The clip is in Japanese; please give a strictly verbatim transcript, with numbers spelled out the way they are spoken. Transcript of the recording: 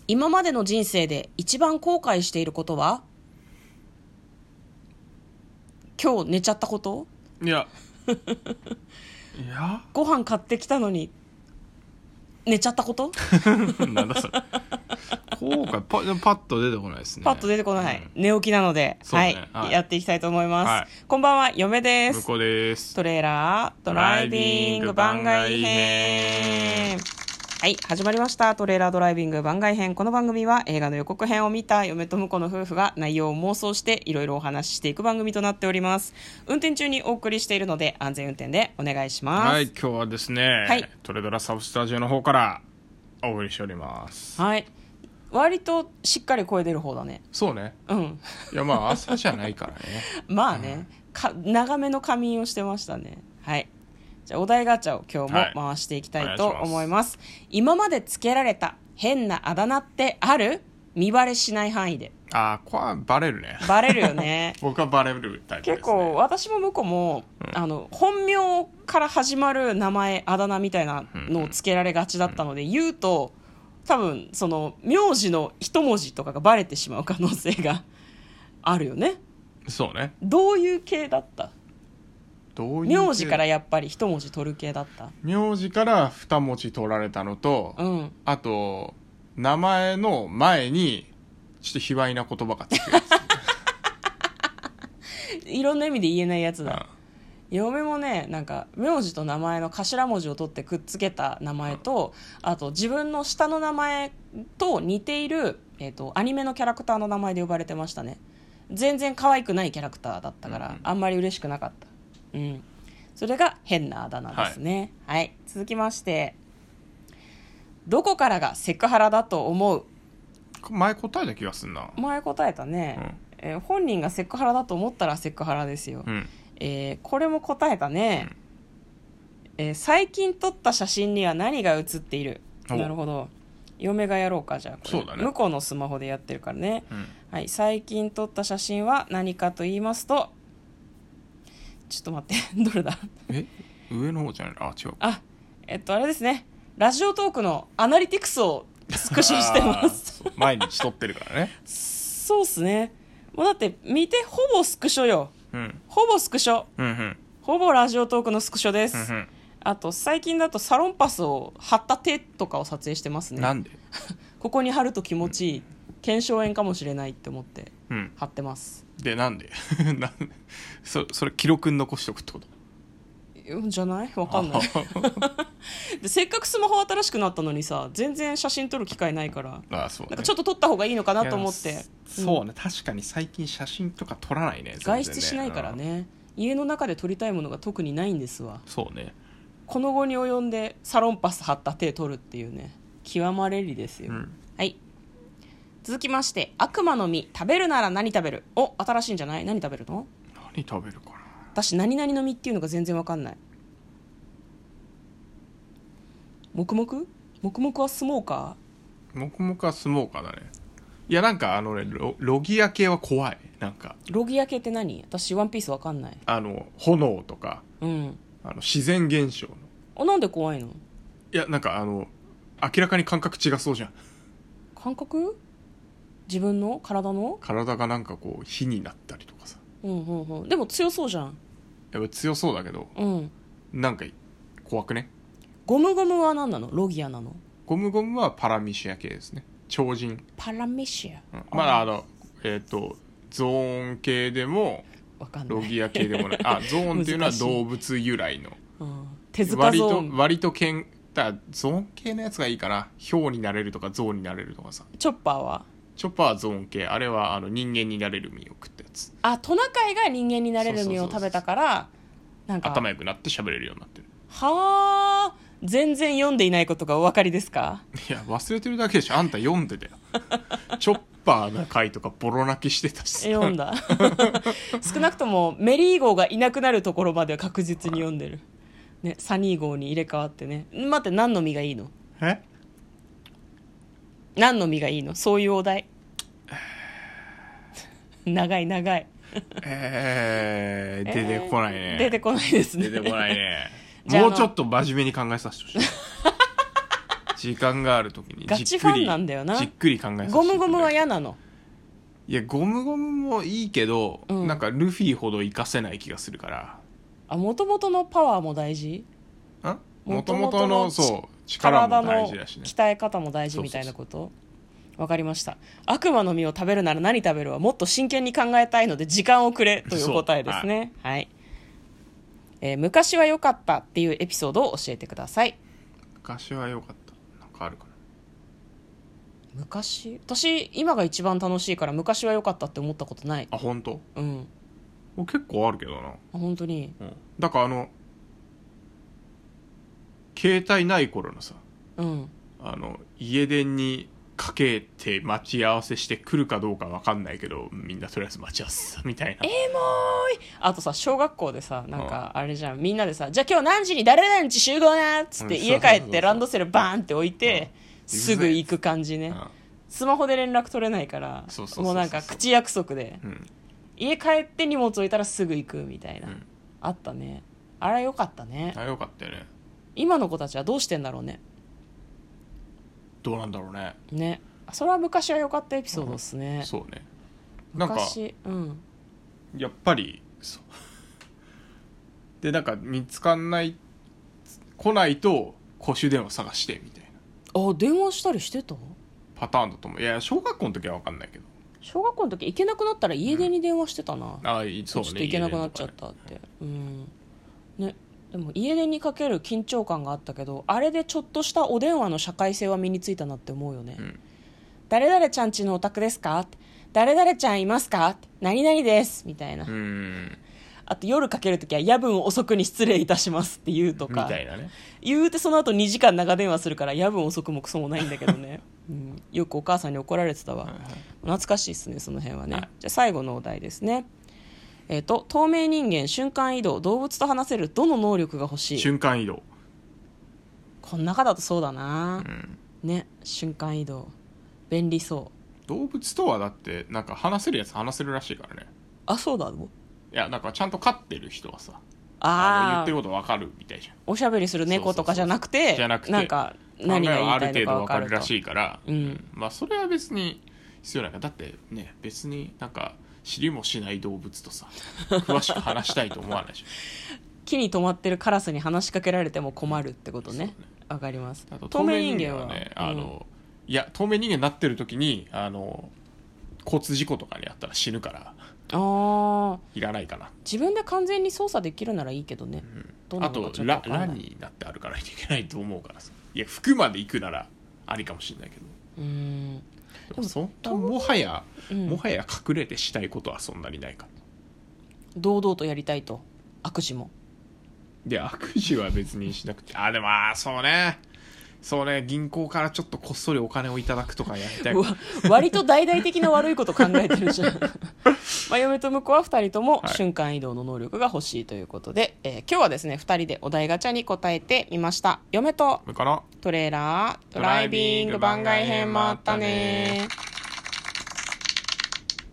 今までの人生で一番後悔していることは？今日寝ちゃったこと？ いやいやご飯買ってきたのに寝ちゃったことなんだそれ後悔 パ, パッと出てこないですね。 パッと出てこない、 うん、 寝起きなので、 ね、 はい、 はい、 やっていきたいと思います、 はい、 こんばんは、嫁です。 向こうです。 トレーラードライビング番外編。はい、始まりました。トレーラードライビング番外編。この番組は映画の予告編を見た嫁と婿の夫婦が内容を妄想していろいろお話ししていく番組となっております。運転中にお送りしているので安全運転でお願いします。 はい、今日はですね、はい、トレドラサブスタジオの方からお送りしております。 はい、割としっかり声出る方だね。 そうね、 うん。 いやまあ朝じゃないからねまあね、か長めの仮眠をしてましたね。はい、じゃあお題ガチャを今日も回していきたいと思います、はい、今までつけられた変なあだ名ってある？見バレしない範囲で。 ああ、これはバレるね。 バレるよね僕はバレるタイプですね。 結構私も婿も、うん、あの本名から始まる名前あだ名みたいなのをつけられがちだったので、うん、言うと多分その名字の一文字とかがバレてしまう可能性があるよね。 そうね。 どういう系だった？ どういう系？ 名字からやっぱり一文字取る系だった？ 名字から二文字取られたのと、うん、あと名前の前にちょっと卑猥な言葉がつくやついろんな意味で言えないやつだ、うん、嫁もね、なんか名字と名前の頭文字を取ってくっつけた名前と、うん、あと自分の下の名前と似ている、えーと、アニメのキャラクターの名前で呼ばれてましたね。全然可愛くないキャラクターだったから、うん、あんまり嬉しくなかった。うん、それが変なあだ名ですね、はい、はい、続きまして、どこからがセクハラだと思う？ 前答えた気がするな。 前答えたね、うん、えー、本人がセクハラだと思ったらセクハラですよ、うん、えー、これも答えたね、うん、えー、最近撮った写真には何が写っている？なるほど、嫁がやろうか。じゃあこれそうだね、向こうのスマホでやってるからね、うん、はい、最近撮った写真は何かと言いますと、ちょっと待ってどれだえ上の方じゃない？あ、違う。 あ、えっとあれですね、ラジオトークのアナリティクスをスクショしてます毎日撮ってるからねそうっすね。もうだって見て、ほぼスクショよ、うん、ほぼスクショ、うんうん、ほぼラジオトークのスクショです、うんうん、あと最近だとサロンパスを貼った手とかを撮影してますね。 なんでここに貼ると気持ちいい、腱鞘炎かもしれないって思って貼ってます、 うん、でなんでなんそ, それ記録に残しておくってことじゃない？わかんないでせっかくスマホ新しくなったのにさ、全然写真撮る機会ないから、 ああそう、ね、 なんかちょっと撮った方がいいのかなと思って。 そうね、うん、確かに最近写真とか撮らない ね, ね外出しないからね、うん、家の中で撮りたいものが特にないんですわ。 そうね、 この後に及んでサロンパス貼った手撮るっていうね、極まれりですよ、うん、はい、続きまして、悪魔の実食べるなら何食べる？お、新しいんじゃない？何食べるの？ 何食べるかな。 私何々の実っていうのが全然わかんない。黙々？黙々はスモーカー？黙々はスモーカーだね。いやなんかあのね ロ, ロギア系は怖い。なんかロギア系って何？私ワンピースわかんない。 あの炎とか、うん、あの自然現象の。 あ、なんで怖いの？ いやなんかあの明らかに感覚違そうじゃん。 感覚？自分の体の？ 体がなんかこう火になったりとかさ、 うんうんうん、でも強そうじゃん。 やっぱ強そうだけど、うん、なんか怖くね。 ゴムゴムは何なの？ロギアなの？ ゴムゴムはパラミシア系ですね。超人。 パラミシア、うん、 まああのえっ、ー、とゾーン系でもロギア系でもないあゾーンっていうのは動物由来の、 うん、 手塚ゾーン。 割と割とけんだゾーン系のやつがいいかな。ヒョウになれるとかゾーンになれるとかさ。 チョッパーは？ チョッパーはゾーン系。あれはあの人間になれる実を食ったやつ。 あ、トナカイが人間になれる実を食べたからなんか頭良くなって喋れるようになってる。 はあ、全然読んでいないことがお分かりですか？ いや忘れてるだけでしょ。あんた読んでたよチョッパーの回とかボロ泣きしてたし読んだ少なくともメリー号がいなくなるところまでは確実に読んでる、ね、サニー号に入れ替わってね。待って、何の実がいいの？ え何の実がいいの？そういうお題長い長いえー、出てこないね、 えー、出てこないですね。 出てこないねもうちょっと真面目に考えさせてほしい時間がある時にガチファンなんだよな。 じっくり考えさせてゴムゴムは嫌なの。 いやゴムゴムもいいけど、 うん、 なんかルフィほど活かせない気がするから。 あ、もともとのパワーも大事？ んもともとのそう力も大事だしね、 体の鍛え方も大事みたいなこと。わかりました。悪魔の実を食べるなら何食べるはもっと真剣に考えたいので時間をくれという答えですね。はい、はい。えー、昔は良かったっていうエピソードを教えてください。 昔は良かった。なんかあるかな。 昔、私今が一番楽しいから昔は良かったって思ったことない。 あ、本当？ うん。 結構あるけどな。あ、 本当に。 うん。だからあの携帯ない頃のさ、 うん、 あの家電にかけて待ち合わせして来るかどうか分かんないけどみんなとりあえず待ち合わせみたいな。 えー、もーい。あとさ、小学校でさ、なんかあれじゃん、みんなでさ、じゃあ今日何時に誰々んち集合なっつって家帰ってランドセルバーンって置いてすぐ行く感じね。スマホで連絡取れないからもうなんか口約束で、うん、家帰って荷物置いたらすぐ行くみたいな、うん、あったね。あれよかったね。 あれよかったよね。 今の子たちはどうしてんだろうね。 どうなんだろうね。 ね、それは昔は良かったエピソードですね、 うん、そうね。なんか昔、うん、 やっぱりそうでなんか見つかんない来ないと公衆電話探してみたいな。あ、電話したりしてたパターンだと思う。いや小学校の時は分かんないけど、 小学校の時行けなくなったら家出に電話してたな、うん、 あ、そうね、 ちょっと行けなくなっちゃったって、ね、うんね。でも家出にかける緊張感があったけど、あれでちょっとしたお電話の社会性は身についたなって思うよね、うん、誰々ちゃんちのお宅ですか、誰々ちゃんいますか、何々ですみたいな。うん、あと夜かけるときは夜分遅くに失礼いたしますって言うとかみたいなね。 言うてその後にじかん長電話するから夜分遅くもクソもないんだけどね、うん、よくお母さんに怒られてたわ、はいはい、懐かしいですねその辺はね、はい、じゃあ最後のお題ですね。えーと、透明人間、瞬間移動、動物と話せるどの能力が欲しい？ 瞬間移動。 この中だとそうだな、うん、ね。瞬間移動便利そう。 動物とはだってなんか話せるやつ話せるらしいからね。 あ、そうだろ。 いやなんかちゃんと飼ってる人はさ、 ああ言ってること分かるみたいじゃん。 おしゃべりする猫とかじゃなくて、 じゃなくてなんか何が言いたいのか分かると、ある程度分かるらしいから、 うん、 まあそれは別に必要ないから。だってね、別になんか知りもしない動物とさ詳しく話したいと思わないし木に止まってるカラスに話しかけられても困るってことね。わ、ね、かります。透明人間はね、 あの、うん、いや透明人間になってる時にあの交通事故とかにあったら死ぬからあいらないかな。 自分で完全に操作できるならいいけどね、 うん、あとランになって歩かないといけないと思うからさ。いや服まで行くならありかもしれないけど、 うーんでもそんもはや、うん、もはや隠れてしたいことはそんなにないか。 堂々とやりたいと。悪事もで悪事は別にしなくてあでもあそうねそうね銀行からちょっとこっそりお金をいただくとかやりたい割と大々的な悪いこと考えてるじゃんまあ嫁と婿はふたりとも瞬間移動の能力が欲しいということで、はい、えー、今日はですねふたりでお題ガチャに答えてみました。嫁とトレーラードライビング番外編もあったね。